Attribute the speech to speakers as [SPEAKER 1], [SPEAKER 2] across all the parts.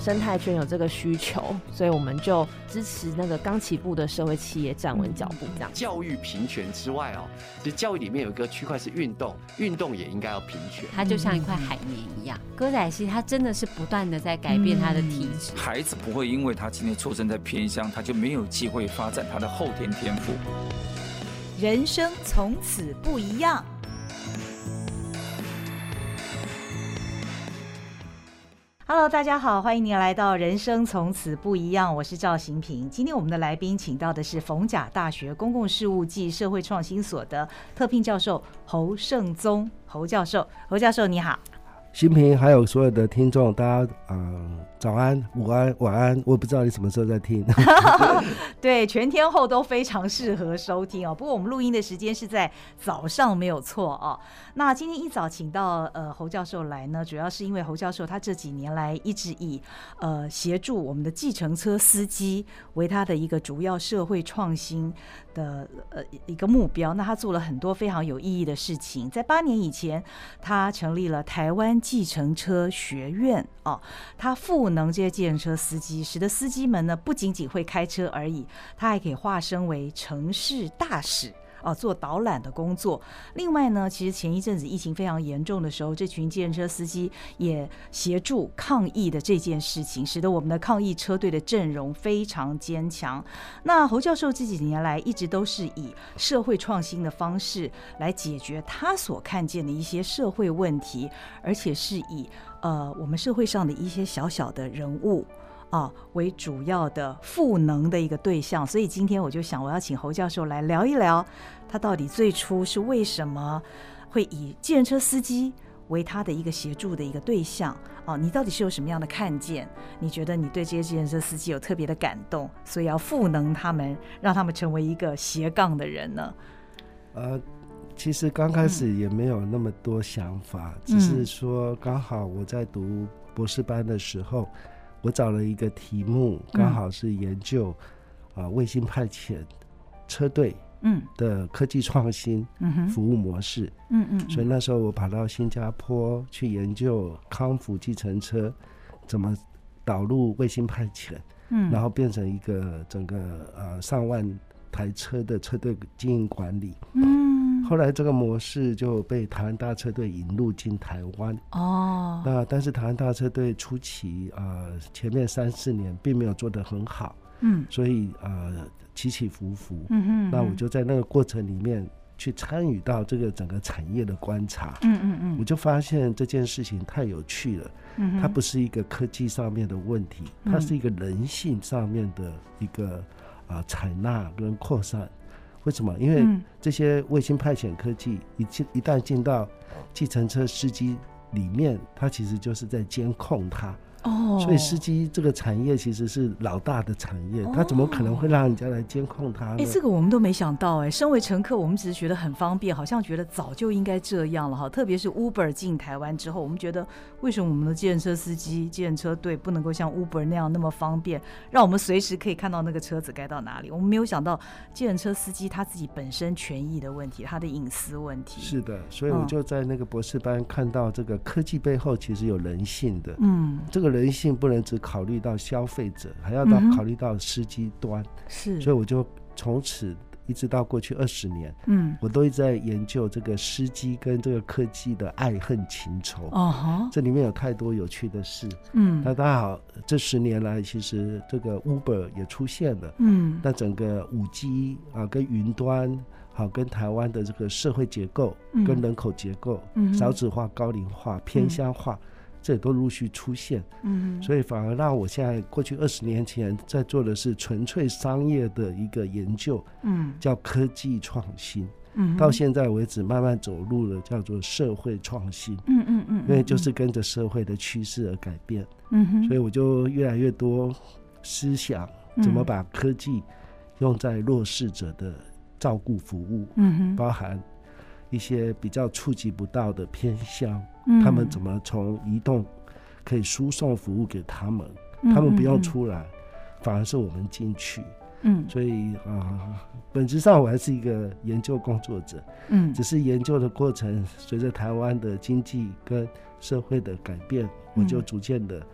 [SPEAKER 1] 生态圈有这个需求，所以我们就支持那个刚起步的社会企业站稳脚步这样。
[SPEAKER 2] 教育平权之外其实教育里面有一个区块是运动，运动也应该要平权。
[SPEAKER 3] 它就像一块海绵一样，歌仔戏它真的是不断的在改变它的体质。
[SPEAKER 4] 孩子不会因为他今天出生在偏乡，他就没有机会发展他的后天天赋。
[SPEAKER 5] 人生从此不一样。Hello， 大家好，欢迎您来到人生从此不一样，我是赵行平。今天我们的来宾请到的是逢甲大学公共事务暨社会创新所的特聘教授侯胜宗侯教授。侯教授你好。
[SPEAKER 6] 行平还有所有的听众，大家早安、午安、晚安，我不知道你什么时候在听。
[SPEAKER 5] 对，全天候都非常适合收听哦。不过我们录音的时间是在早上，没有错哦。那今天一早请到侯教授来呢，主要是因为侯教授他这几年来一直以协助我们的计程车司机为他的一个主要社会创新的一个目标。那他做了很多非常有意义的事情。在8年以前，他成立了台湾计程车学院哦，他赋能这些计程车司机，使得司机们呢不仅仅会开车而已，他还可以化身为城市大使。做导览的工作。另外呢，其实前一阵子疫情非常严重的时候，这群计程车司机也协助抗疫的这件事情，使得我们的抗疫车队的阵容非常坚强。那侯教授这几年来一直都是以社会创新的方式来解决他所看见的一些社会问题，而且是以我们社会上的一些小小的人物为主要的赋能的一个对象。所以今天我就想我要请侯教授来聊一聊，他到底最初是为什么会以计程车司机为他的一个协助的一个对象你到底是有什么样的看见？你觉得你对这些计程车司机有特别的感动，所以要赋能他们，让他们成为一个斜杠的人呢？
[SPEAKER 6] 其实刚开始也没有那么多想法，只是说刚好我在读博士班的时候，我找了一个题目，刚好是研究卫星派遣车队的科技创新服务模式。所以那时候我跑到新加坡去研究康福计程车怎么导入卫星派遣，然后变成一个整个上万台车的车队经营管理。后来这个模式就被台湾大车队引入进台湾。那但是台湾大车队初期前面3-4年并没有做得很好，所以起起伏伏。那我就在那个过程里面去参与到这个整个产业的观察。我就发现这件事情太有趣了。它不是一个科技上面的问题，它是一个人性上面的一个采纳跟扩散。为什么？因为这些卫星派遣科技一旦进到计程车司机里面，它其实就是在监控它。所以司机这个产业其实是老大的产业，他怎么可能会让人家来监控他呢？
[SPEAKER 5] 这个我们都没想到。身为乘客，我们只是觉得很方便，好像觉得早就应该这样了。特别是 Uber 进台湾之后，我们觉得为什么我们的计程车司机、计程车队不能够像 Uber 那样那么方便，让我们随时可以看到那个车子该到哪里？我们没有想到计程车司机他自己本身权益的问题，他的隐私问题。
[SPEAKER 6] 是的，所以我就在那个博士班看到这个科技背后其实有人性的。这个人性不能只考虑到消费者，还要考虑到司机端。是，所以我就从此一直到过去20年，我都一直在研究这个司机跟这个科技的爱恨情仇。这里面有太多有趣的事。那当然好，这10年来其实这个 Uber 也出现了。那整个5G 跟云端跟台湾的这个社会结构跟人口结构，少子化、高龄化、偏乡化，这也都陆续出现。所以反而让我现在过去20年前在做的是纯粹商业的一个研究，叫科技创新。到现在为止慢慢走入了叫做社会创新。因为就是跟着社会的趋势而改变。所以我就越来越多思想怎么把科技用在弱势者的照顾服务，包含一些比较触及不到的偏乡，他们怎么从移动可以输送服务给他们，他们不用出来，反而是我们进去。所以本质上我还是一个研究工作者，只是研究的过程随着台湾的经济跟社会的改变，我就逐渐的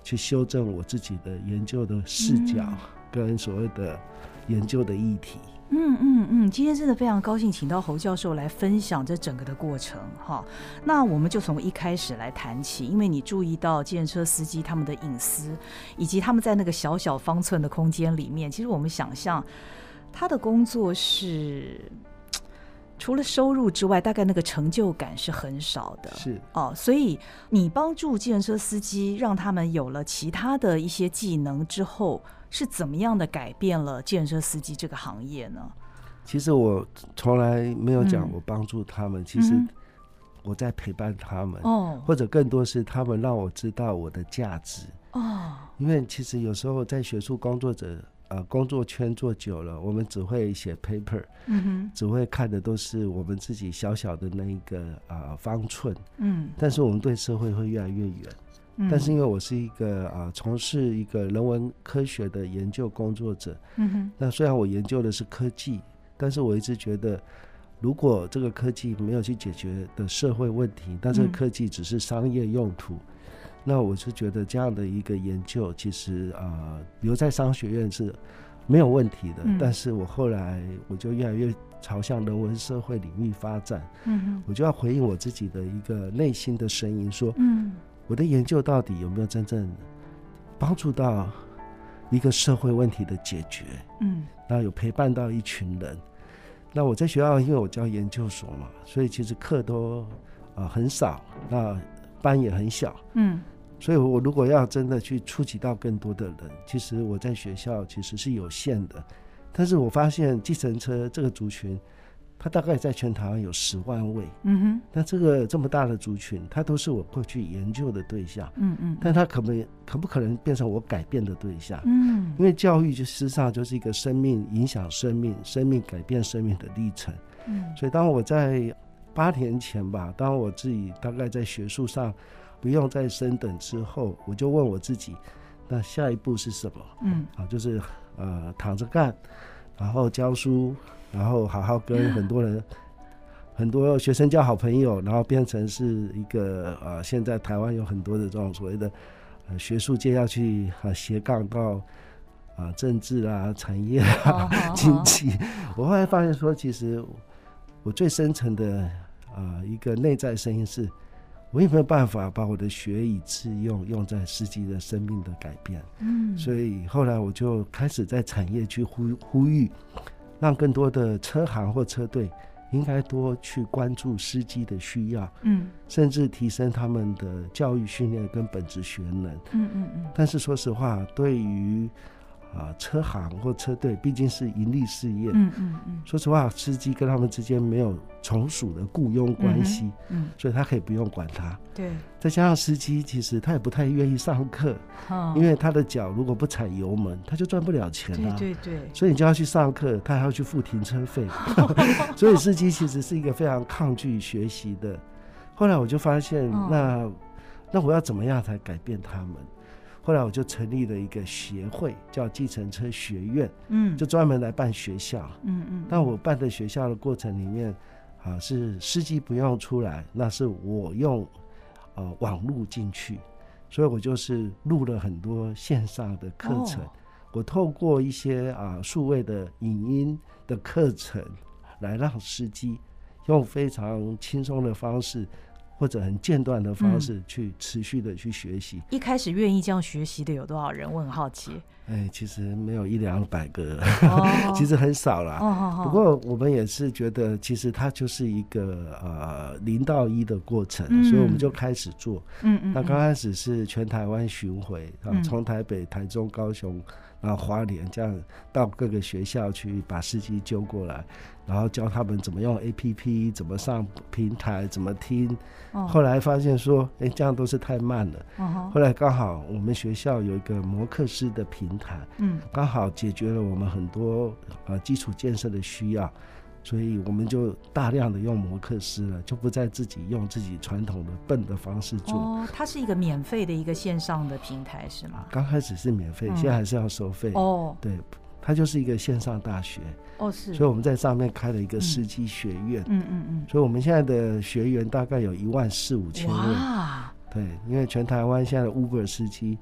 [SPEAKER 6] 去修正我自己的研究的视角跟所谓的研究的议题。
[SPEAKER 5] 今天真的非常高兴请到侯教授来分享这整个的过程哈。那我们就从一开始来谈起，因为你注意到计程车司机他们的隐私，以及他们在那个小小方寸的空间里面，其实我们想象他的工作是除了收入之外，大概那个成就感是很少的，
[SPEAKER 6] 是
[SPEAKER 5] 所以你帮助计程车司机，让他们有了其他的一些技能之后，是怎么样的改变了计程车司机这个行业呢？
[SPEAKER 6] 其实我从来没有讲我帮助他们，其实我在陪伴他们，或者更多是他们让我知道我的价值。因为其实有时候在学术工作者工作圈做久了，我们只会写 paper，只会看的都是我们自己小小的那一个方寸，但是我们对社会会越来越远。但是因为我是一个从事一个人文科学的研究工作者，那虽然我研究的是科技，但是我一直觉得如果这个科技没有去解决的社会问题，但这个科技只是商业用途，那我是觉得这样的一个研究其实留在商学院是没有问题的，但是我后来我就越来越朝向人文社会领域发展，我就要回应我自己的一个内心的声音，说我的研究到底有没有真正帮助到一个社会问题的解决，那有陪伴到一群人。那我在学校因为我教研究所嘛，所以其实课都很少，那班也很小，所以我如果要真的去触及到更多的人，其实我在学校其实是有限的。但是我发现计程车这个族群，它大概在全台湾有10万位，那这么大的族群，它都是我过去研究的对象，但它可不可能变成我改变的对象？因为教育就事实上就是一个生命影响生命，生命改变生命的历程。所以当我在8年前吧，当我自己大概在学术上不用再升等之后，我就问我自己，那下一步是什么？就是躺着干，然后教书，然后好好跟很多人很多学生交好朋友，然后变成是一个现在台湾有很多的这种所谓的学术界要去斜杠到政治啊、产业啊、经济。我后来发现说，其实我最深层的一个内在声音是，我有没有办法把我的学以致用，用在实际的生命的改变？所以后来我就开始在产业去呼吁，让更多的车行或车队应该多去关注司机的需要，甚至提升他们的教育训练跟本职学能。但是说实话，对于车行或车队毕竟是盈利事业，说实话，司机跟他们之间没有从属的雇佣关系，所以他可以不用管他。
[SPEAKER 5] 对，
[SPEAKER 6] 再加上司机其实他也不太愿意上课，因为他的脚如果不踩油门，他就赚不了钱了。对，所以你就要去上课，他还要去付停车费，所以司机其实是一个非常抗拒学习的。后来我就发现，那我要怎么样才改变他们？后来我就成立了一个协会，叫计程车学院，就专门来办学校。但我办的学校的过程里面，是司机不用出来，那是我用网路进去，所以我就是录了很多线上的课程。我透过一些数位的影音的课程，来让司机用非常轻松的方式，或者很间断的方式去持续的去学习。
[SPEAKER 5] 一开始愿意这样学习的有多少人？我很好奇。
[SPEAKER 6] 其实没有100-200个，其实很少啦。不过我们也是觉得，其实它就是一个0到1的过程，所以我们就开始做。那刚开始是全台湾巡回，从台北、台中、高雄，然后花莲这样到各个学校去把司机揪过来，然后教他们怎么用 APP， 怎么上平台，怎么听。后来发现说，这样都是太慢了。后来刚好我们学校有一个摩克斯的平台，刚好解决了我们很多基础建设的需要，所以我们就大量的用摩克斯了，就不再自己用自己传统的笨的方式做。
[SPEAKER 5] 它是一个免费的一个线上的平台是吗？
[SPEAKER 6] 刚开始是免费，现在还是要收费。对，它就是一个线上大学。是。所以我们在上面开了一个司机学院。所以我们现在的学员大概有14000-5000位。哇！对，因为全台湾现在的 Uber 司机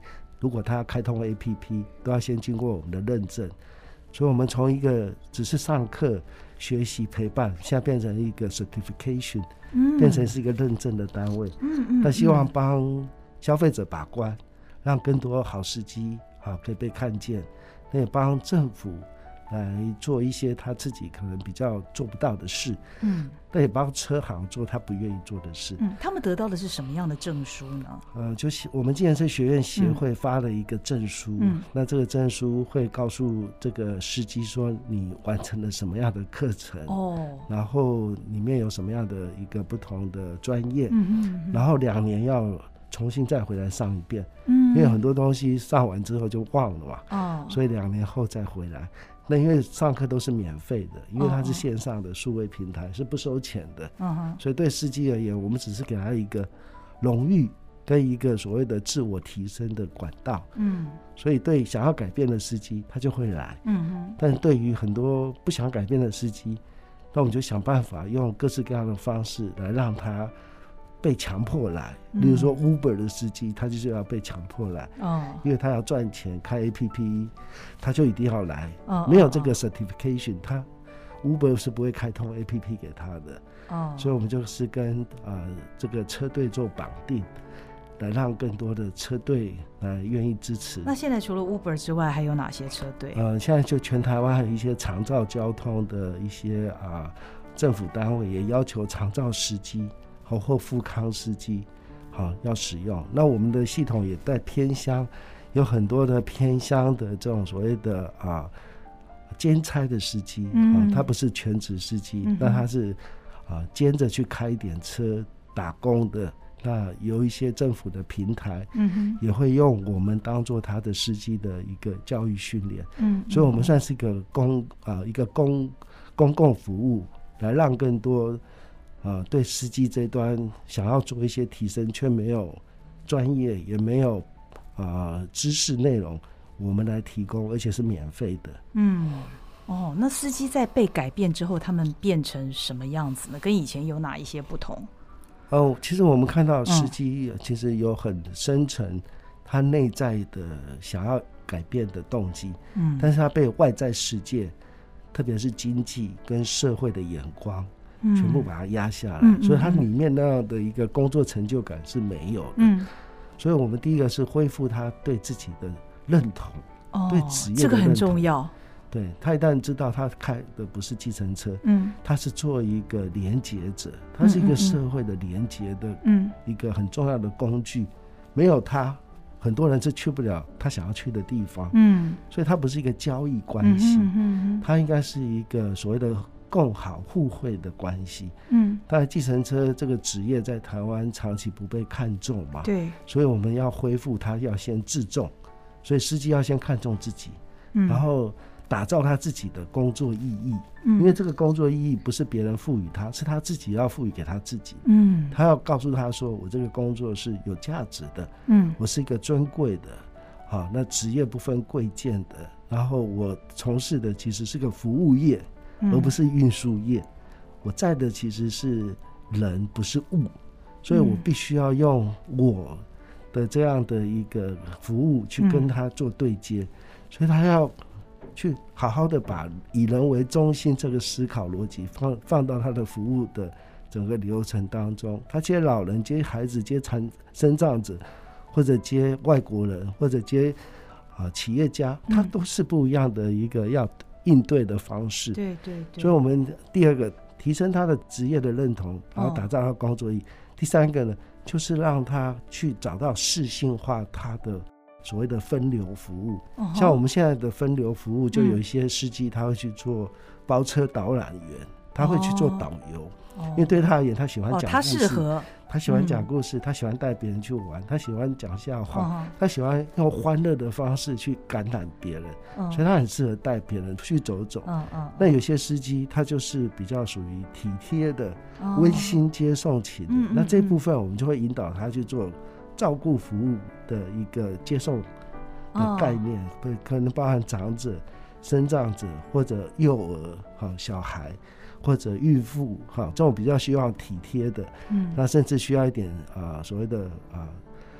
[SPEAKER 6] 如果他要开通 APP 都要先经过我们的认证，所以我们从一个只是上课学习陪伴，现在变成一个 certification，变成是一个认证的单位。那希望帮消费者把关，让更多好司机可以被看见，那也帮政府来做一些他自己可能比较做不到的事，但也帮车行做他不愿意做的事。
[SPEAKER 5] 他们得到的是什么样的证书呢？
[SPEAKER 6] 就是我们计程车学院协会发了一个证书，那这个证书会告诉这个司机说你完成了什么样的课程，然后里面有什么样的一个不同的专业，然后2年要重新再回来上一遍，因为很多东西上完之后就忘了嘛，所以2年后再回来。那因为上课都是免费的，因为它是线上的数位平台，是不收钱的，所以对司机而言，我们只是给他一个荣誉跟一个所谓的自我提升的管道，所以对想要改变的司机他就会来，但是对于很多不想改变的司机，那我们就想办法用各式各样的方式来让他被强迫来，例如说 Uber 的司机他就是要被强迫来，因为他要赚钱开 APP 他就一定要来，没有这个 certification 他 Uber 是不会开通 APP 给他的，所以我们就是跟这个车队做绑定，来让更多的车队来愿意支持。
[SPEAKER 5] 那现在除了 Uber 之外还有哪些车队？
[SPEAKER 6] 现在就全台湾还有一些长照交通的一些政府单位也要求长照司机或复康司机要使用。那我们的系统也在偏乡，有很多的偏乡的这种所谓的兼差的司机，他不是全职司机，但他是兼着去开一点车打工的。那有一些政府的平台，也会用我们当做他的司机的一个教育训练，所以我们算是一个公共服务，来让更多对司机这端想要做一些提升却没有专业也没有知识内容，我们来提供，而且是免费的。
[SPEAKER 5] 那司机在被改变之后他们变成什么样子呢？跟以前有哪一些不同？
[SPEAKER 6] 其实我们看到司机其实有很深层他内在的想要改变的动机，但是他被外在世界特别是经济跟社会的眼光全部把它压下来，所以他里面那样的一个工作成就感是没有的。所以我们第一个是恢复他对自己的认同，对职业的认同，这个很重要。对，他一旦知道他开的不是计程车，他是做一个连结者，他是一个社会的连结的一个很重要的工具，没有他很多人是去不了他想要去的地方，所以他不是一个交易关系，他应该是一个所谓的共好互惠的关系。当然计程车这个职业在台湾长期不被看重嘛，对，所以我们要恢复它，要先自重，所以司机要先看重自己，然后打造他自己的工作意义，因为这个工作意义不是别人赋予他，是他自己要赋予给他自己。他要告诉他说，我这个工作是有价值的，我是一个尊贵的，那职业不分贵贱的，然后我从事的其实是个服务业，而不是运输业，我在的其实是人不是物，所以我必须要用我的这样的一个服务去跟他做对接，所以他要去好好的把以人为中心这个思考逻辑放到他的服务的整个流程当中。他接老人、接孩子、接身障者，或者接外国人，或者接企业家，他都是不一样的一个要应对的方式。对对对。所以我们第二个提升他的职业的认同，然后打造他的工作意义。第三个呢，就是让他去找到适性化他的所谓的分流服务，像我们现在的分流服务，就有一些司机他会去做包车导览员，他会去做导游，因为对他而言，他喜欢讲故事，他适合，他喜欢讲故事，他喜欢带别人去玩，他喜欢讲笑话，他喜欢用欢乐的方式去感染别人，所以他很适合带别人去走走。那有些司机他就是比较属于体贴的、温馨接送型的，那这部分我们就会引导他去做照顾服务的一个接送的概念，可能包含长者、身障者或者幼儿、小孩或者孕妇，这种比较需要体贴的，那甚至需要一点所谓的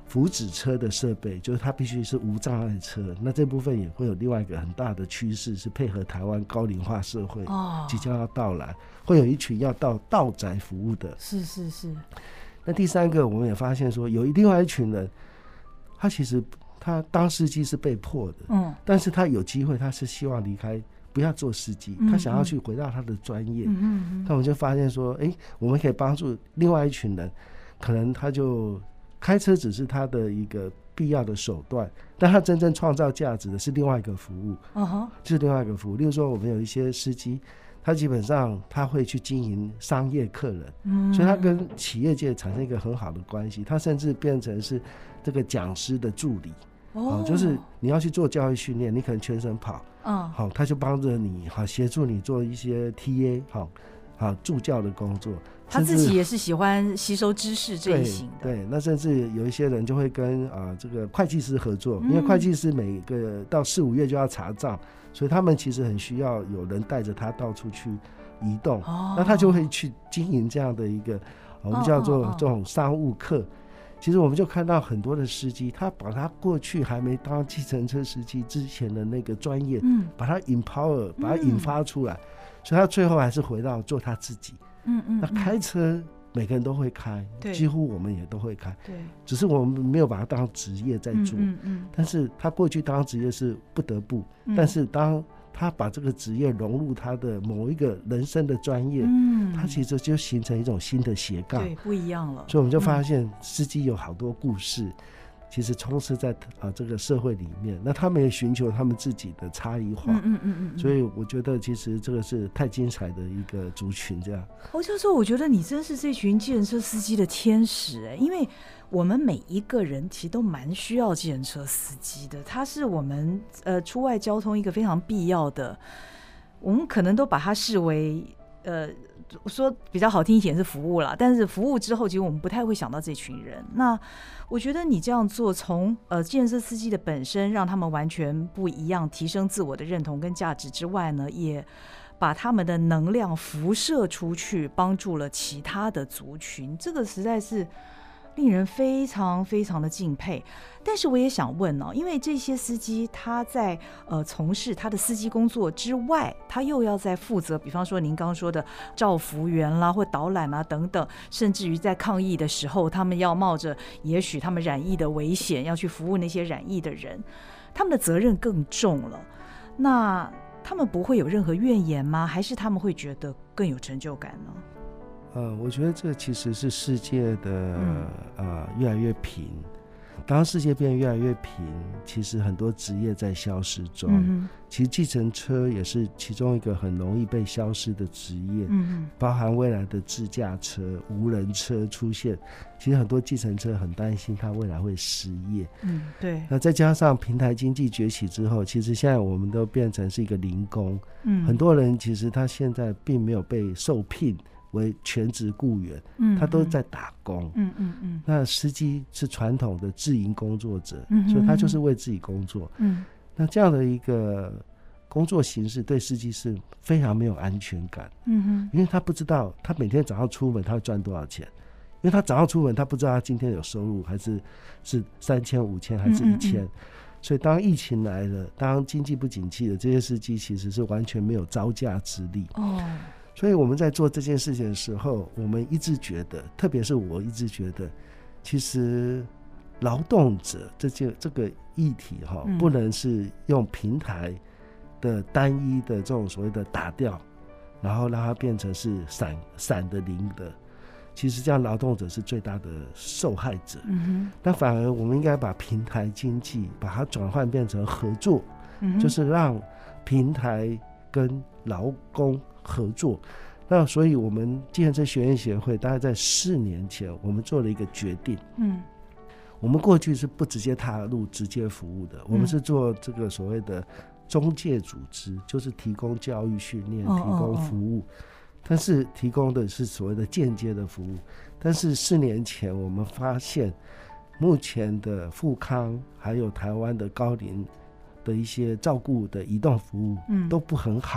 [SPEAKER 6] 福祉车的设备，就是它必须是无障碍车。那这部分也会有另外一个很大的趋势，是配合台湾高龄化社会即将要到来，会有一群要到道宅服务的。
[SPEAKER 5] 是是是。
[SPEAKER 6] 那第三个，我们也发现说，有另外一群人，他其实他当司机是被迫的，但是他有机会，他是希望离开，不要做司机，他想要去回到他的专业。那我们就发现说，我们可以帮助另外一群人，可能他就开车只是他的一个必要的手段，但他真正创造价值的是另外一个服务，就是另外一个服务。例如说，我们有一些司机，他基本上他会去经营商业客人，所以他跟企业界产生一个很好的关系，他甚至变成是这个讲师的助理。就是你要去做教育训练，你可能全程跑，好，他就帮着你，好，协助你做一些 TA， 好，助教的工作。
[SPEAKER 5] 他自己也是喜欢吸收知识这一型的。
[SPEAKER 6] 对，那甚至有一些人就会跟这个会计师合作，因为会计师每个到4、5月就要查账，所以他们其实很需要有人带着他到处去移动，那他就会去经营这样的一个我们叫做这种商务课。其实我们就看到很多的司机，他把他过去还没当计程车司机之前的那个专业，把他 empower， 把他引发出来，所以他最后还是回到做他自己。那开车每个人都会开，几乎我们也都会开，对，只是我们没有把它当职业在做。但是他过去当职业是不得不，但是当他把这个职业融入他的某一个人生的专业，他其实就形成一种新的斜杠，
[SPEAKER 5] 对，不一样了。
[SPEAKER 6] 所以我们就发现司机有好多故事，其实充斥在这个社会里面，那他们也寻求他们自己的差异化。所以我觉得其实这个是太精彩的一个族群。这样，
[SPEAKER 5] 侯教授，我觉得你真是这群计程车司机的天使因为我们每一个人其实都蛮需要计程车司机的，他是我们出外交通一个非常必要的，我们可能都把它视为说比较好听一点是服务啦，但是服务之后其实我们不太会想到这群人。那我觉得你这样做，从计程车司机的本身让他们完全不一样，提升自我的认同跟价值之外呢，也把他们的能量辐射出去，帮助了其他的族群，这个实在是令人非常非常的敬佩。但是我也想问因为这些司机他在从事他的司机工作之外，他又要在负责比方说您刚刚说的照服员啦或导览啊等等，甚至于在抗疫的时候他们要冒着也许他们染疫的危险要去服务那些染疫的人，他们的责任更重了。那他们不会有任何怨言吗？还是他们会觉得更有成就感呢？
[SPEAKER 6] 我觉得这其实是世界的越来越平。当世界变得越来越平，其实很多职业在消失中。其实计程车也是其中一个很容易被消失的职业。包含未来的自驾车、无人车出现，其实很多计程车很担心它未来会失业。对。那再加上平台经济崛起之后，其实现在我们都变成是一个零工。很多人其实他现在并没有被受聘为全职雇员，他都在打工。那司机是传统的自营工作者，所以他就是为自己工作。那这样的一个工作形式对司机是非常没有安全感。因为他不知道他每天早上出门他会赚多少钱，因为他早上出门他不知道他今天有收入还是3000、5000还是1000。所以当疫情来了，当经济不景气了，这些司机其实是完全没有招架之力。所以我们在做这件事情的时候，我们一直觉得，特别是我一直觉得，其实劳动者这个议题不能是用平台的单一的这种所谓的打掉，然后让它变成是散的零的。其实这样劳动者是最大的受害者。那反而我们应该把平台经济把它转换变成合作，就是让平台跟劳工合作。那所以我们计程车学院协会大概在4年前我们做了一个决定。我们过去是不直接踏入直接服务的，我们是做这个所谓的中介组织，就是提供教育训练，提供服务，但是提供的是所谓的间接的服务。但是4年前我们发现目前的富康还有台湾的高龄的一些照顾的移动服务都不很好，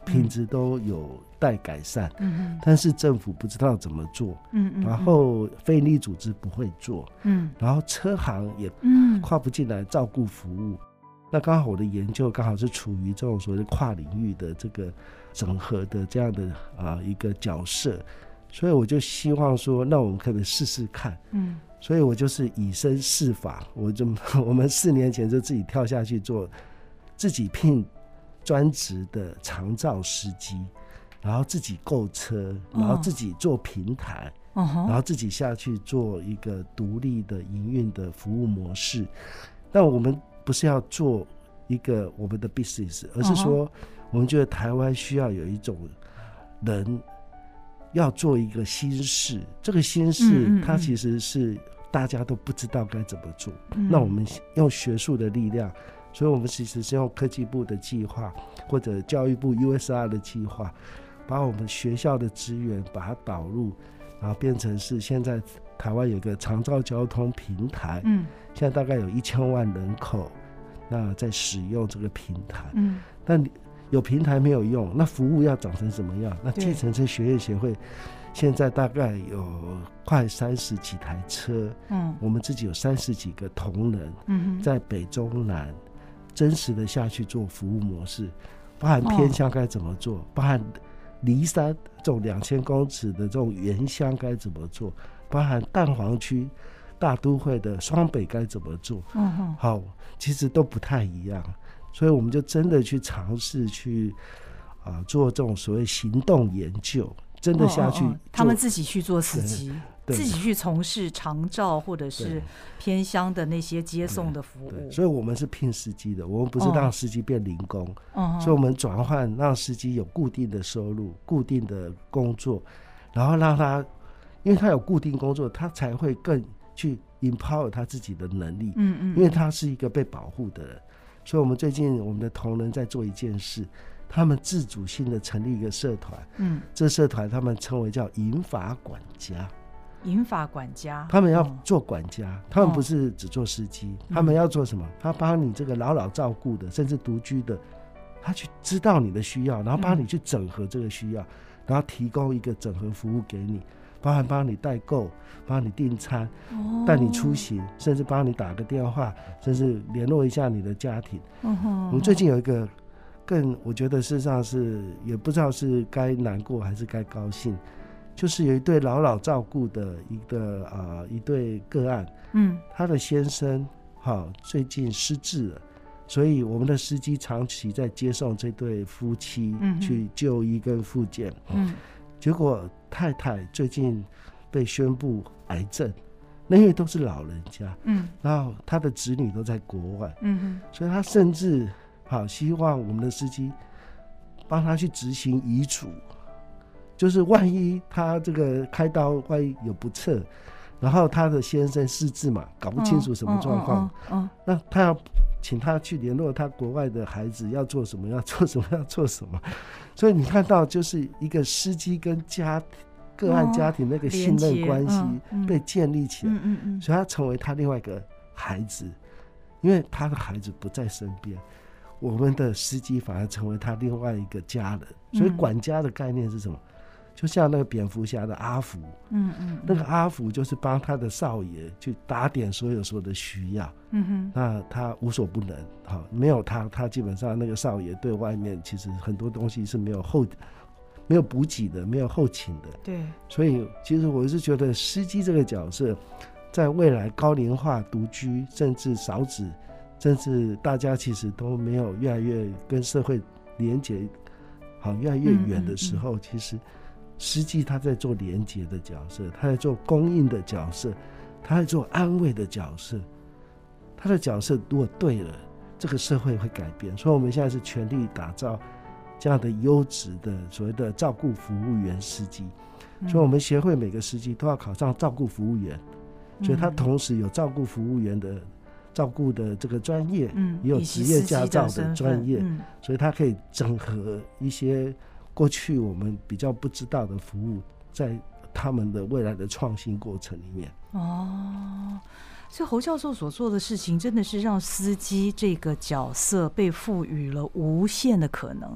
[SPEAKER 6] 品质都有待改善，但是政府不知道怎么做，然后非营利组织不会做，然后车行也跨不进来照顾服务。那刚好我的研究刚好是处于这种所谓的跨领域的这个整合的这样的一个角色，所以我就希望说，那我们可不可以试试看？所以我就是以身试法，我们4年前就自己跳下去做，自己聘专职的长照司机，然后自己购车，然后自己做平台，然后自己下去做一个独立的营运的服务模式。那我们不是要做一个我们的 business， 而是说我们觉得台湾需要有一种人要做一个新事，这个新事它其实是大家都不知道该怎么做，那我们用学术的力量，所以我们其实是用科技部的计划或者教育部 USR 的计划，把我们学校的资源把它导入，然后变成是现在台湾有个长照交通平台，现在大概有1000万人口那在使用这个平台，但有平台没有用，那服务要长成什么样？那计程车学业协会现在大概有快30几台车，我们自己有30几个同仁，在北中南真实的下去做服务模式，包含偏乡该怎么做，包含梨山这种2000公尺的这种原乡该怎么做，包含蛋黄区大都会的双北该怎么做，好，其实都不太一样，所以我们就真的去尝试去做这种所谓行动研究，真的下去
[SPEAKER 5] 他们自己去做司机，自己去从事长照或者是偏乡的那些接送的服务，
[SPEAKER 6] 所以我们是聘司机的，我们不是让司机变零工，所以我们转换让司机有固定的收入、固定的工作，然后让他，因为他有固定工作，他才会更去 empower 他自己的能力，因为他是一个被保护的人。所以我们最近我们的同仁在做一件事，他们自主性的成立一个社团，这社团他们称为叫银发管家。
[SPEAKER 5] 银发管家，
[SPEAKER 6] 他们要做管家，他们不是只做司机，他们要做什么？他帮你这个老照顾的，甚至独居的，他去知道你的需要，然后帮你去整合这个需要，然后提供一个整合服务给你，包含帮你代购，帮你订餐，带你出行，甚至帮你打个电话，甚至联络一下你的家庭。我们最近有一个我觉得事实上是也不知道是该难过还是该高兴，就是有一对老照顾的一对个案，他的先生最近失智了，所以我们的司机长期在接送这对夫妻去就医跟复健，结果太太最近被宣布癌症，那因为都是老人家，然后他的子女都在国外，所以他甚至希望我们的司机帮他去执行遗嘱，就是万一他这个开刀万一有不测，然后他的先生失智嘛，搞不清楚什么状况，那他要请他去联络他国外的孩子要做什么要做什么要做什么，所以你看到就是一个司机跟个案家庭那个信任关系被建立起来，所以他成为他另外一个孩子，因为他的孩子不在身边，我们的司机反而成为他另外一个家人。所以管家的概念是什么？就像那个蝙蝠侠的阿福，那个阿福就是帮他的少爷去打点所有的需要，那他无所不能，没有他基本上那个少爷对外面其实很多东西是没有补给的，没有后勤的。对，所以其实我是觉得司机这个角色在未来高龄化、独居甚至少子，甚至大家其实都没有越来越跟社会连结越来越远的时候，其实司机他在做连结的角色，他在做供应的角色，他在做安慰的角色，他的角色如果对了，这个社会会改变。所以我们现在是全力打造这样的优质的所谓的照顾服务员司机，所以我们协会每个司机都要考上照顾服务员，所以他同时有照顾服务员的照顾的这个专业，也有职业驾照的专业，所以他可以整合一些过去我们比较不知道的服务，在他们的未来的创新过程里面。
[SPEAKER 5] 所以侯教授所做的事情真的是让司机这个角色被赋予了无限的可能。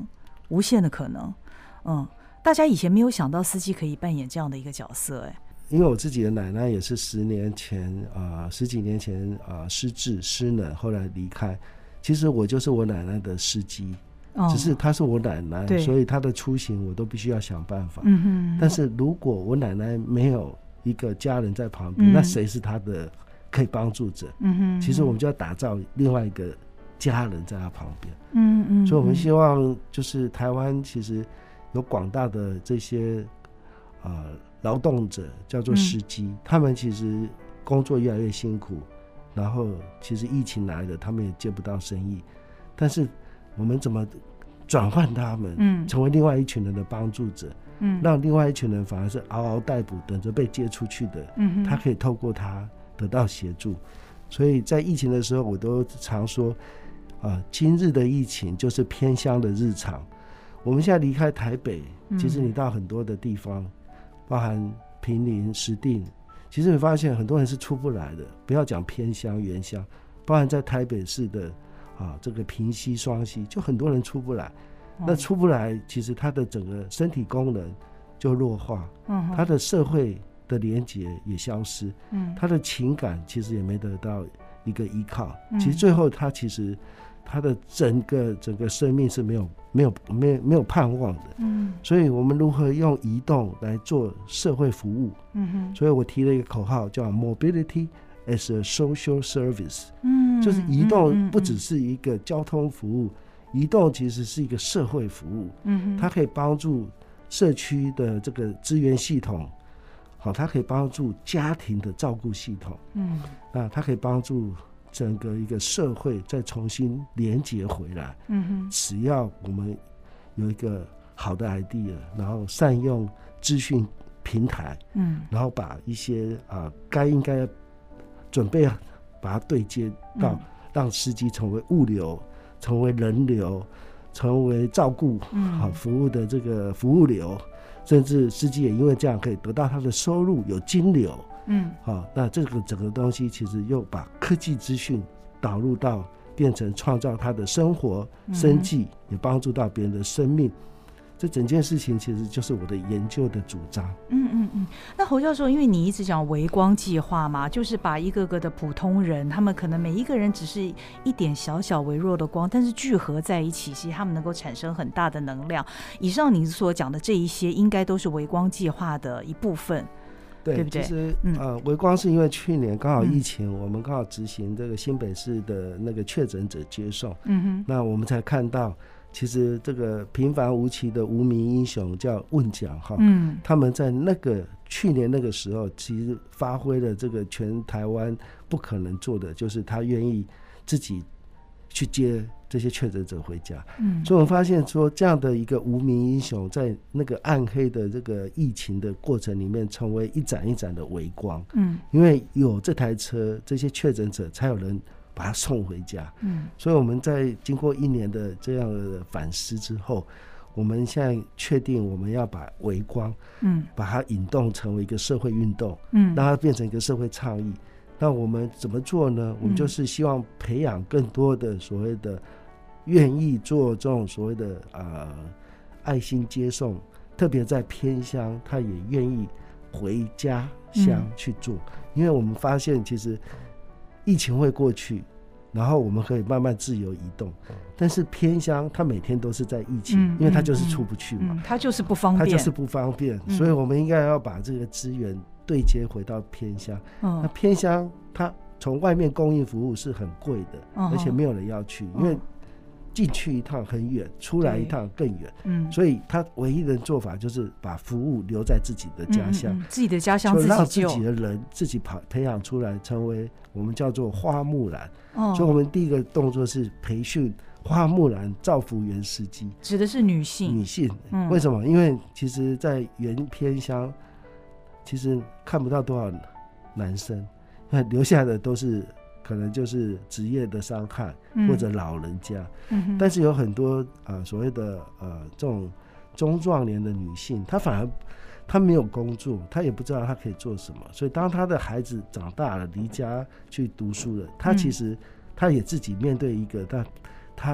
[SPEAKER 5] 无限的可能。大家以前没有想到司机可以扮演这样的一个角色，
[SPEAKER 6] 因为我自己的奶奶也是10几年前失智失能，后来离开。其实我就是我奶奶的司机，只是她是我奶奶，所以她的出行我都必须要想办法。但是如果我奶奶没有一个家人在旁边，那谁是她的可以帮助者？其实我们就要打造另外一个家人在她旁边。所以我们希望就是台湾其实有广大的这些劳动者叫做司机，他们其实工作越来越辛苦，然后其实疫情来了，他们也接不到生意，但是我们怎么转换他们，成为另外一群人的帮助者，让另外一群人反而是嗷嗷待哺，等着被接出去的，他可以透过他得到协助。所以在疫情的时候，我都常说，今日的疫情就是偏乡的日常。我们现在离开台北，其实你到很多的地方，包含坪林、石碇，其实你发现很多人是出不来的。不要讲偏乡、原乡，包含在台北市的这个平溪、双溪，就很多人出不来。那出不来，其实他的整个身体功能就弱化，他的社会的连结也消失，他的情感其实也没得到一个依靠。其实最后他的整个生命是没有盼望的。所以我们如何用移动来做社会服务？所以我提了一个口号叫 Mobility as a Social Service。就是移动不只是一个交通服务，移动其实是一个社会服务。它可以帮助社区的这个资源系统，它可以帮助家庭的照顾系统。那它可以帮助整个一个社会再重新连结回来。只要我们有一个好的 idea， 然后善用资讯平台，然后把一些应该准备把它对接到，让司机成为物流，成为人流，成为照顾服务的这个服务流，甚至司机也因为这样可以得到他的收入，有金流。那这个整个东西其实又把科技资讯导入到，变成创造他的生活生计，也帮助到别人的生命。这整件事情其实就是我的研究的主张。
[SPEAKER 5] 那侯教授，因为你一直讲微光计划嘛，就是把一个个的普通人，他们可能每一个人只是一点小小微弱的光，但是聚合在一起，其实他们能够产生很大的能量。以上你所讲的这一些，应该都是微光计划的一部分。对不对？
[SPEAKER 6] 其实微光是因为去年刚好疫情，我们刚好执行这个新北市的那个确诊者接送，那我们才看到，其实这个平凡无奇的无名英雄叫问奖他们在去年那个时候，其实发挥了这个全台湾不可能做的，就是他愿意自己去接这些确诊者回家。所以我们发现说，这样的一个无名英雄，在那个暗黑的这个疫情的过程里面，成为一盏一盏的微光。因为有这台车，这些确诊者才有人把他送回家。所以我们在经过1年的这样的反思之后，我们现在确定我们要把微光，把它引动成为一个社会运动，让它变成一个社会倡议。那我们怎么做呢？我们就是希望培养更多的所谓的愿意做这种所谓的爱心接送，特别在偏乡，他也愿意回家乡去做。因为我们发现其实疫情会过去，然后我们可以慢慢自由移动，但是偏乡他每天都是在疫情，因为他就是出不去嘛，
[SPEAKER 5] 他就是不方便，
[SPEAKER 6] 所以我们应该要把这个资源对接回到偏乡。那偏乡它从外面供应服务是很贵的，而且没有人要去，因为进去一趟很远，出来一趟更远，所以他唯一的做法就是把服务留在自己的家乡，
[SPEAKER 5] 自己的家乡自己救，
[SPEAKER 6] 让自己的人自己培养出来，成为我们叫做花木兰。所以我们第一个动作是培训花木兰照服员司机，
[SPEAKER 5] 指的是女性。
[SPEAKER 6] 为什么？因为其实在原偏乡其实看不到多少男生，留下的都是可能就是职业的伤害，或者老人家。但是有很多所谓的这种中壮年的女性，她反而她没有工作，她也不知道她可以做什么，所以当她的孩子长大了，离家去读书了，她其实她也自己面对一个她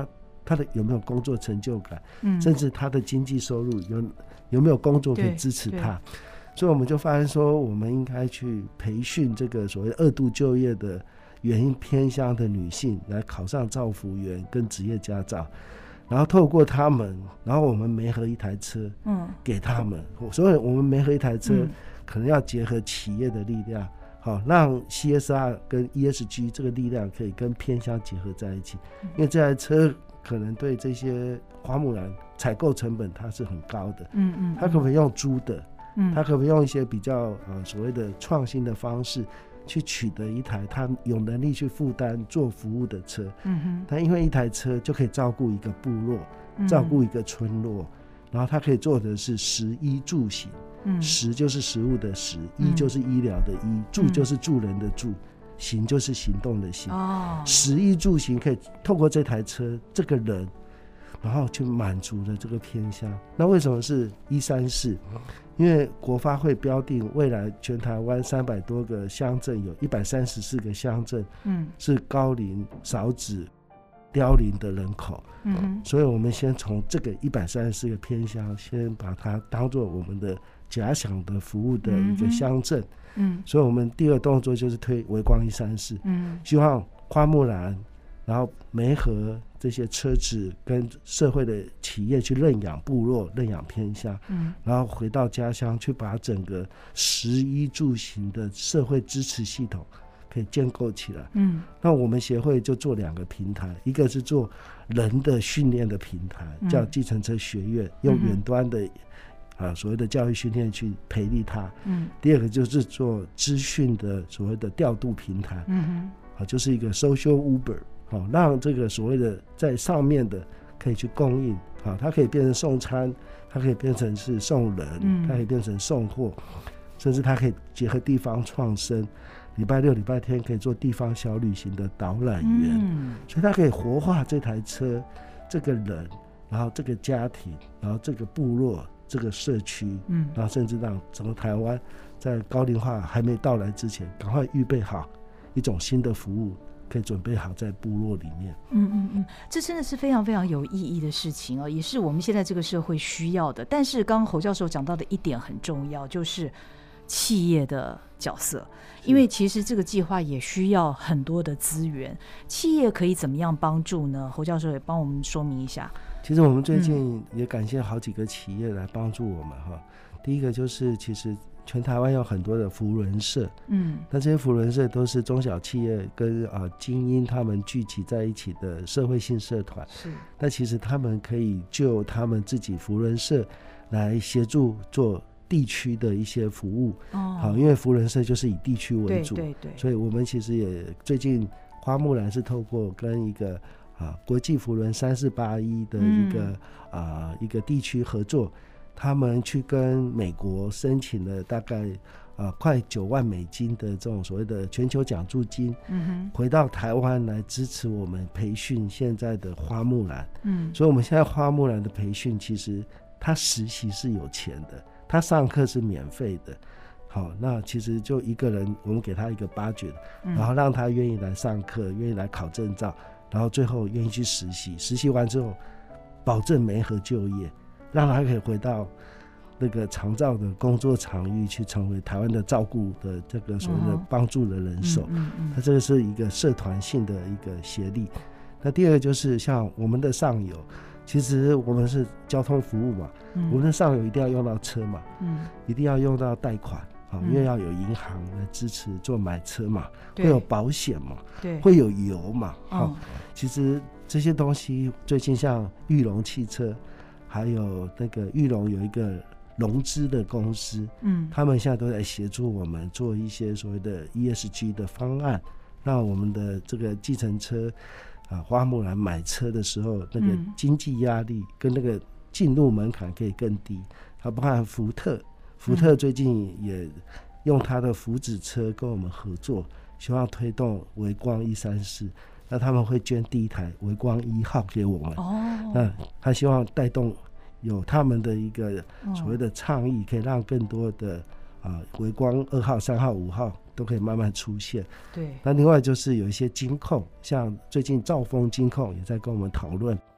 [SPEAKER 6] 他的有没有工作成就感，甚至他的经济收入有没有工作可以支持他。所以我们就发现说，我们应该去培训这个所谓二度就业的原因偏乡的女性来考上照服员跟职业家照，然后透过他们，然后我们媒合一台车给他们，所以我们媒合一台车可能要结合企业的力量，好让 CSR 跟 ESG 这个力量可以跟偏乡结合在一起。因为这台车可能对这些花木兰采购成本它是很高的，它可不可以用租的，它可不可以用一些比较所谓的创新的方式去取得一台他有能力去负担做服务的车，他因为一台车就可以照顾一个部落，照顾一个村落，然后他可以做的是食衣住行，食就是食物的食，医就是医疗的医，住就是住人的住，行就是行动的行，食衣住行可以透过这台车这个人，然后去满足了这个偏乡。那为什么是134？因为国发会标定未来全台湾300多个乡镇有134个乡镇是高龄少子凋零的人口，所以我们先从这个134个偏乡先把它当作我们的假想的服务的一个乡镇，所以我们第二动作就是推微光134，希望花木兰然后媒合这些车子跟社会的企业去认养部落、认养偏乡，然后回到家乡去把整个食衣住行的社会支持系统可以建构起来。那我们协会就做2个平台，一个是做人的训练的平台，叫计程车学院，用远端的所谓的教育训练去培力他。第二个就是做资讯的所谓的调度平台，就是一个 social Uber，让这个所谓的在上面的可以去供应，它可以变成送餐，它可以变成是送人，它可以变成送货，甚至它可以结合地方创生，礼拜六礼拜天可以做地方小旅行的导览员，所以它可以活化这台车这个人，然后这个家庭，然后这个部落这个社区，然后甚至让整个台湾在高龄化还没到来之前赶快预备好一种新的服务，可以准备好在部落里面。
[SPEAKER 5] 这真的是非常非常有意义的事情哦，也是我们现在这个社会需要的。但是刚刚侯教授讲到的一点很重要，就是企业的角色，因为其实这个计划也需要很多的资源，企业可以怎么样帮助呢？侯教授也帮我们说明一下。
[SPEAKER 6] 其实我们最近也感谢好几个企业来帮助我们第一个就是其实全台湾有很多的扶轮社，那这些扶轮社都是中小企业跟精英他们聚集在一起的社会性社团，那其实他们可以就他们自己扶轮社来协助做地区的一些服务，因为扶轮社就是以地区为主，对，所以我们其实也最近花木兰是透过跟一个国际扶轮3481的一个地区合作，他们去跟美国申请了大概快9万美金的这种所谓的全球奖助金，回到台湾来支持我们培训现在的花木兰。所以我们现在花木兰的培训其实他实习是有钱的，他上课是免费的。好，那其实就一个人我们给他一个budget，然后让他愿意来上课，愿意来考证照，然后最后愿意去实习，实习完之后保证媒合就业，让他可以回到那个长照的工作场域去成为台湾的照顾的这个所谓的帮助的人手。那这个是一个社团性的一个协力。那第二个就是像我们的上游，其实我们是交通服务嘛，我们的上游一定要用到车嘛，一定要用到贷款，因为要有银行来支持做买车嘛，会有保险嘛，会有油嘛，其实这些东西最近像裕隆汽车，还有那个裕隆有一个融资的公司，他们现在都在协助我们做一些所谓的 ESG 的方案，让我们的这个计程车花木兰买车的时候那个经济压力跟那个进入门槛可以更低。包括福特最近也用他的福祉车跟我们合作，希望推动微光134，那他们会捐第一台微光1号给我们，那他希望带动有他们的一个所谓的倡议，可以让更多的微光2号、3号、5号都可以慢慢出现。对，那另外就是有一些金控，像最近兆丰金控也在跟我们讨论，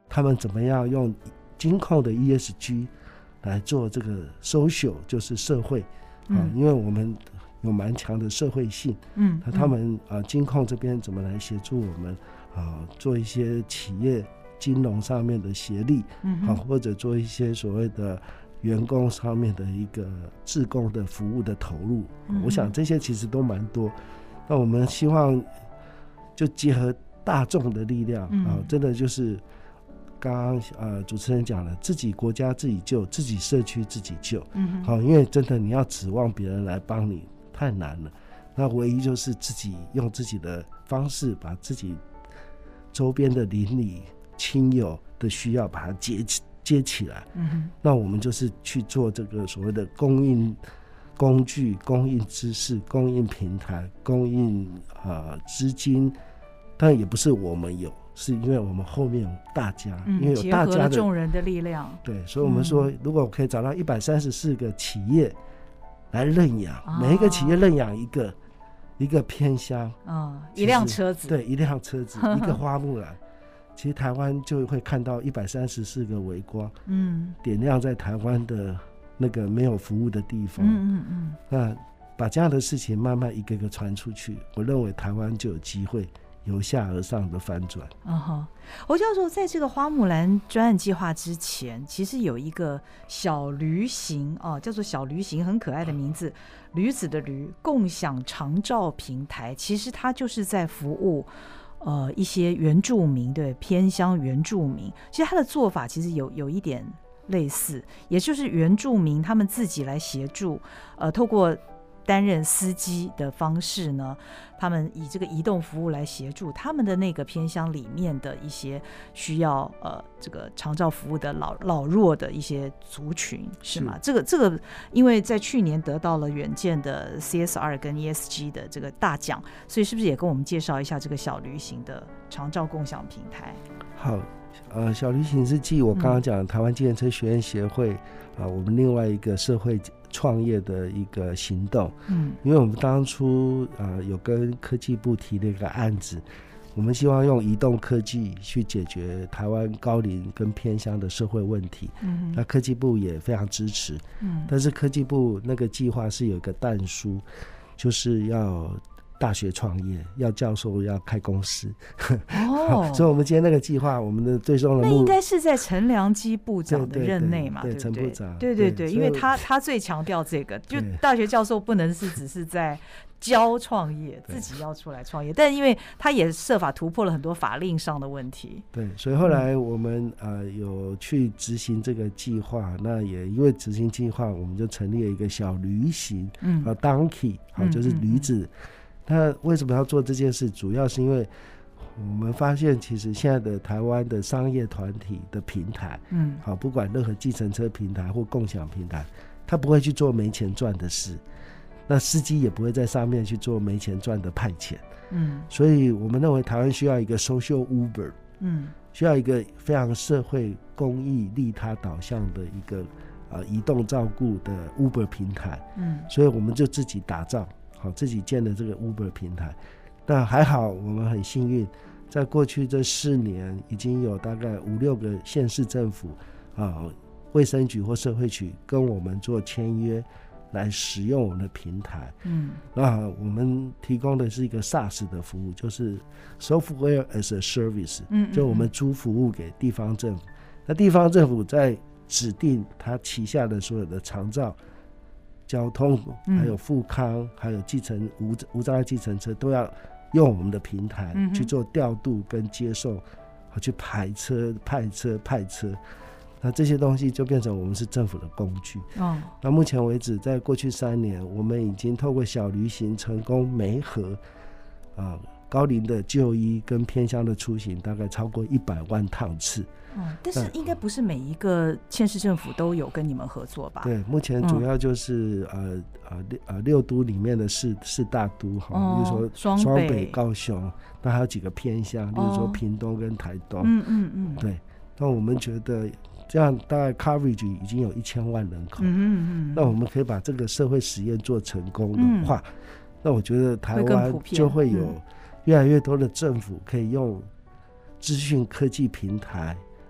[SPEAKER 6] 他们怎么样用金控的 ESG 来做这个 social， 就是社会因为我们有蛮强的社会性，那他们金控这边怎么来协助我们做一些企业金融上面的协力，或者做一些所谓的员工上面的一个志工的服务的投入，我想这些其实都蛮多。那我们希望就结合大众的力量真的就是刚刚主持人讲了，自己国家自己救，自己社区自己救，因为真的你要指望别人来帮你太难了，那唯一就是自己用自己的方式把自己周边的邻里亲友的需要把它接起来，那我们就是去做这个所谓的供应工具、供应知识、供应平台、供应资金，但也不是我们有，是因为我们后面有大家，因为有大家的
[SPEAKER 5] 结合了众人的力量，
[SPEAKER 6] 对，所以我们说，如果可以找到134个企业来认养，每一个企业认养一个偏乡
[SPEAKER 5] 一辆车子，
[SPEAKER 6] 对，一辆车子一个花木兰，其实台湾就会看到134个微光，点亮在台湾的那个没有服务的地方，那把这样的事情慢慢一个个传出去，我认为台湾就有机会由下而上的翻转。
[SPEAKER 5] 侯教授，在这个花木兰专案计划之前，其实有一个小驴行叫做小驴行，很可爱的名字，驴子的驴，共享长照平台，其实它就是在服务一些原住民，对，偏乡原住民。其实它的做法其实有一点类似，也就是原住民他们自己来协助，透过担任司机的方式呢，他们以这个移动服务来协助他们的那个偏乡里面的一些需要这个长照服务的老弱的一些族群，是吗？这个因为在去年得到了远见的 CSR 跟 ESG 的这个大奖，所以是不是也跟我们介绍一下这个小旅行的长照共享平台？
[SPEAKER 6] 好，小旅行是继我刚刚讲台湾计程车学院协会我们另外一个社会创业的一个行动，因为我们当初有跟科技部提了一个案子，我们希望用移动科技去解决台湾高龄跟偏乡的社会问题，那科技部也非常支持，但是科技部那个计划是有一个但书，就是要大学创业，要教授，要开公司所以我们今天那个计划，我们的最终的
[SPEAKER 5] 那应该是在陈良基部长的任内嘛，对不对？
[SPEAKER 6] 陈部长，
[SPEAKER 5] 对，因为他最强调这个，就大学教授不能是只是在教创业，自己要出来创业，但因为他也设法突破了很多法令上的问题，
[SPEAKER 6] 对，所以后来我们有去执行这个计划，那也因为执行计划，我们就成立了一个小驴行，donkey 就是驴子。那为什么要做这件事？主要是因为我们发现，其实现在的台湾的商业团体的平台，不管任何计程车平台或共享平台，他不会去做没钱赚的事，那司机也不会在上面去做没钱赚的派遣，所以我们认为台湾需要一个 social Uber，需要一个非常社会公益利他导向的一个移动照顾的 Uber 平台，所以我们就自己打造。自己建的这个 Uber 平台，那还好，我们很幸运，在过去这4年，已经有大概5-6个县市政府卫生局或社会局跟我们做签约，来使用我们的平台。那我们提供的是一个 SaaS 的服务，就是 Software as a Service，就我们租服务给地方政府，那地方政府在指定他旗下的所有的长照、交通，还有富康，还有无障碍计程车，都要用我们的平台去做调度跟接送，去排车、派车，那这些东西就变成我们是政府的工具。那目前为止，在过去3年，我们已经透过小旅行成功媒合高龄的就医跟偏乡的出行，大概超过100万趟次。
[SPEAKER 5] 但是应该不是每一个县市政府都有跟你们合作吧？
[SPEAKER 6] 对，目前主要就是6都里面的四大都，比如说双北、高雄，那还有几个偏乡，比如说屏东跟台东。对，那我们觉得这样大概 coverage 已经有1000万人口。那我们可以把这个社会实验做成功的话，那我觉得台湾就会有越来越多的政府可以用资讯科技平台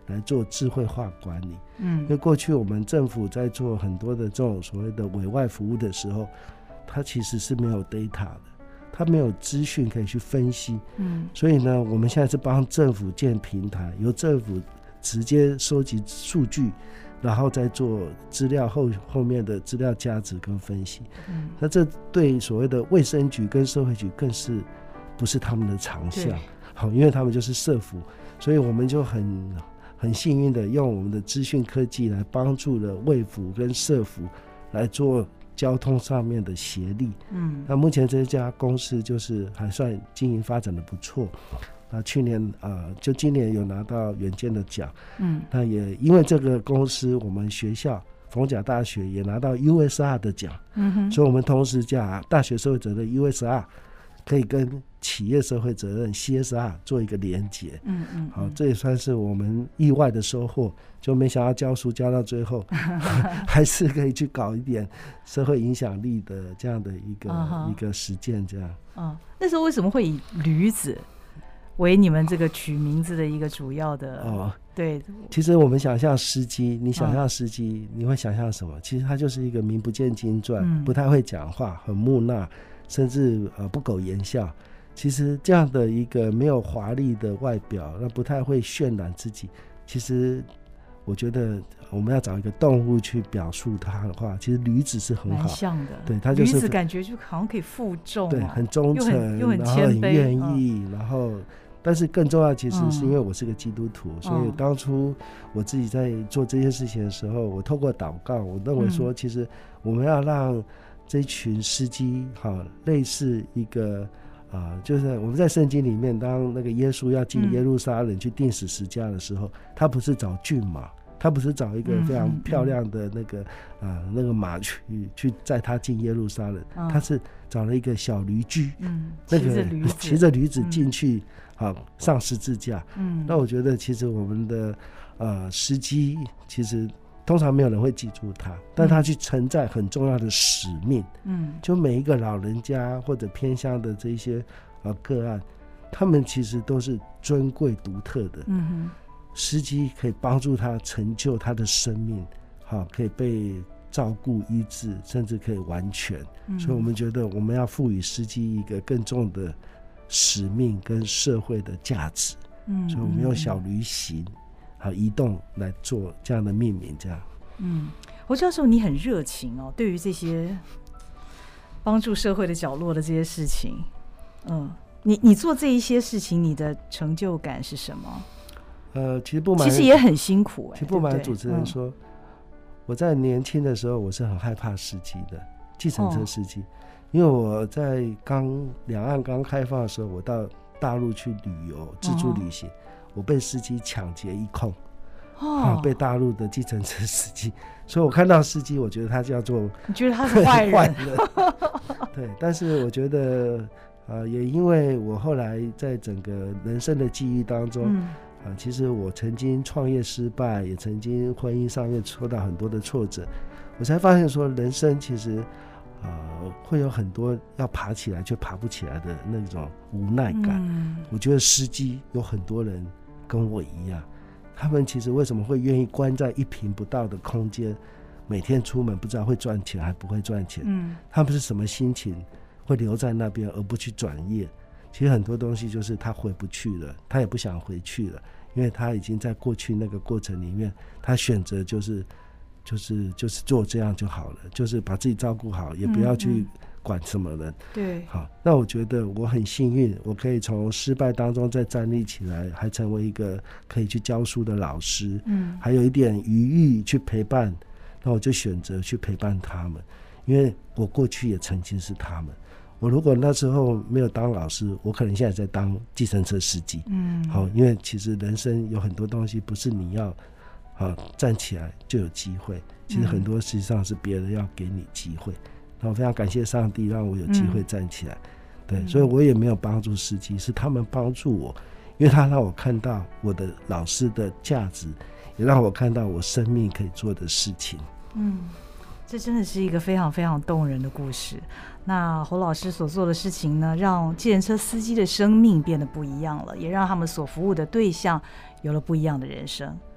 [SPEAKER 6] 来做智慧化管理。因为过去我们政府在做很多的这种所谓的委外服务的时候，它其实是没有 data 的，它没有资讯可以去分析。所以呢，我们现在是帮政府建平台，由政府直接收集数据，然后再做资料后面的资料价值跟分析。那这对所谓的卫生局跟社会局更是不是他们的长项。好，因为他们就是社福，所以我们就很幸运的用我们的资讯科技来帮助了卫福跟社福来做交通上面的协力。那目前这家公司就是还算经营发展的不错。那去年就今年有拿到远见的奖。那也因为这个公司，我们学校逢甲大学也拿到 USR 的奖。所以我们同时叫大学社会责任 USR 可以跟企业社会责任 CSR 做一个连结。好，这也算是我们意外的收获，就没想到教书教到最后还是可以去搞一点社会影响力的这样的一个实践这样。
[SPEAKER 5] 那时候为什么会以驴子为你们这个取名字的一个主要的？对，
[SPEAKER 6] 其实我们想象司机，你想象司机，你会想象什么？其实他就是一个名不见经传，不太会讲话，很木讷，甚至不苟言笑。其实这样的一个没有华丽的外表，那不太会渲染自己，其实我觉得我们要找一个动物去表述它的话，其实驴子是很好，
[SPEAKER 5] 蛮像的。
[SPEAKER 6] 对，它就是
[SPEAKER 5] 驴子感觉就好像可以负重，
[SPEAKER 6] 对，很忠诚，
[SPEAKER 5] 又很
[SPEAKER 6] 然后很愿意，
[SPEAKER 5] 然
[SPEAKER 6] 后但是更重要其实是因为我是个基督徒，所以当初我自己在做这件事情的时候，我透过祷告，我认为说其实我们要让这群司机类似一个就是我们在圣经里面，当那个耶稣要进耶路撒冷去钉十字架的时候，他不是找骏马，他不是找一个非常漂亮的那个马去载他进耶路撒冷，他是找了一个小驴驹，那个骑着驴子进去上十字架。那我觉得其实我们的司机其实通常没有人会记住他，但他去承载很重要的使命。就每一个老人家或者偏乡的这些个案，他们其实都是尊贵独特的。司机可以帮助他成就他的生命，可以被照顾医治，甚至可以完全。所以我们觉得我们要赋予司机一个更重的使命跟社会的价值。所以我们用小驴行移动来做这样的命名，这样。
[SPEAKER 5] 侯教授，你很热情哦，对于这些帮助社会的角落的这些事情，你做这一些事情，你的成就感是什么？
[SPEAKER 6] 其
[SPEAKER 5] 实也很辛苦。
[SPEAKER 6] 其实不瞒主持人说，我在年轻的时候我是很害怕司机的，计程车司机，因为我在两岸刚开放的时候，我到大陆去旅游自助旅行，我被司机抢劫一空。被大陆的计程车司机，所以我看到司机，我觉得他叫做，
[SPEAKER 5] 你觉得他是坏人？
[SPEAKER 6] 对，但是我觉得也因为我后来在整个人生的际遇当中，其实我曾经创业失败，也曾经婚姻上面受到很多的挫折，我才发现说人生其实会有很多要爬起来却爬不起来的那种无奈感。我觉得司机有很多人跟我一样，他们其实为什么会愿意关在一坪不到的空间，每天出门不知道会赚钱还不会赚钱，他们是什么心情会留在那边而不去转业？其实很多东西就是他回不去了，他也不想回去了，因为他已经在过去那个过程里面，他选择就是做这样就好了，就是把自己照顾好，也不要去管什么人。
[SPEAKER 5] 对，
[SPEAKER 6] 好，那我觉得我很幸运，我可以从失败当中再站立起来，还成为一个可以去教书的老师，还有一点余裕去陪伴，那我就选择去陪伴他们，因为我过去也曾经是他们。我如果那时候没有当老师，我可能现在在当计程车司机。好，因为其实人生有很多东西不是你要站起来就有机会，其实很多实际上是别人要给你机会。那我非常感谢上帝让我有机会站起来。对，所以我也没有帮助司机，是他们帮助我，因为他让我看到我的老师的价值，也让我看到我生命可以做的事情。
[SPEAKER 5] 这真的是一个非常非常动人的故事。那侯老师所做的事情呢，让计程车司机的生命变得不一样了，也让他们所服务的对象有了不一样的人生。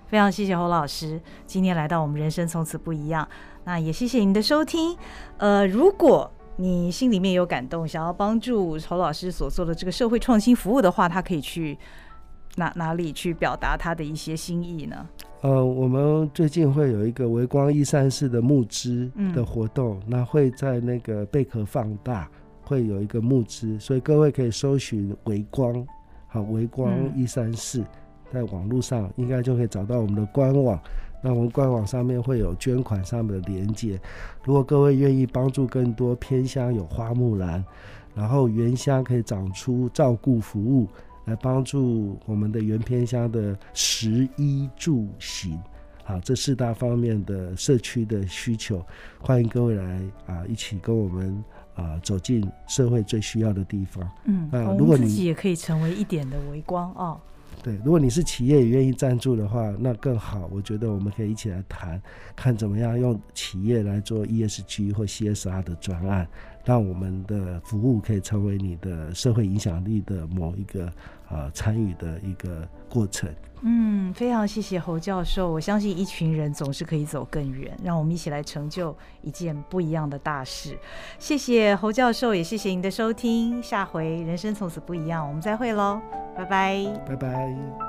[SPEAKER 5] 非常谢谢侯老师今天来到我们人生从此不一样，那也谢谢您的收听。如果你心里面有感动，想要帮助侯老师所做的这个社会创新服务的话，他可以去哪里去表达他的一些心意呢？
[SPEAKER 6] 我们最近会有一个微光134的募资的活动，那会在那个贝壳放大会有一个募资，所以各位可以搜寻微光，好，微光134，在网络上应该就可以找到我们的官网。那我们官网上面会有捐款上面的连结，如果各位愿意帮助更多偏乡有花木兰，然后原乡可以长出照顾服务，来帮助我们的原偏乡的食衣住行，好，这4大方面的社区的需求，欢迎各位来一起跟我们走进社会最需要的地方。
[SPEAKER 5] 如果你自己也可以成为一点的微光哦。
[SPEAKER 6] 对，如果你是企业也愿意赞助的话，那更好。我觉得我们可以一起来谈，看怎么样用企业来做 ESG 或 CSR 的专案，让我们的服务可以成为你的社会影响力的某一个参与的一个过程。
[SPEAKER 5] 非常谢谢侯教授，我相信一群人总是可以走更远，让我们一起来成就一件不一样的大事。谢谢侯教授，也谢谢您的收听，下回人生从此不一样，我们再会咯，拜拜，
[SPEAKER 6] 拜拜。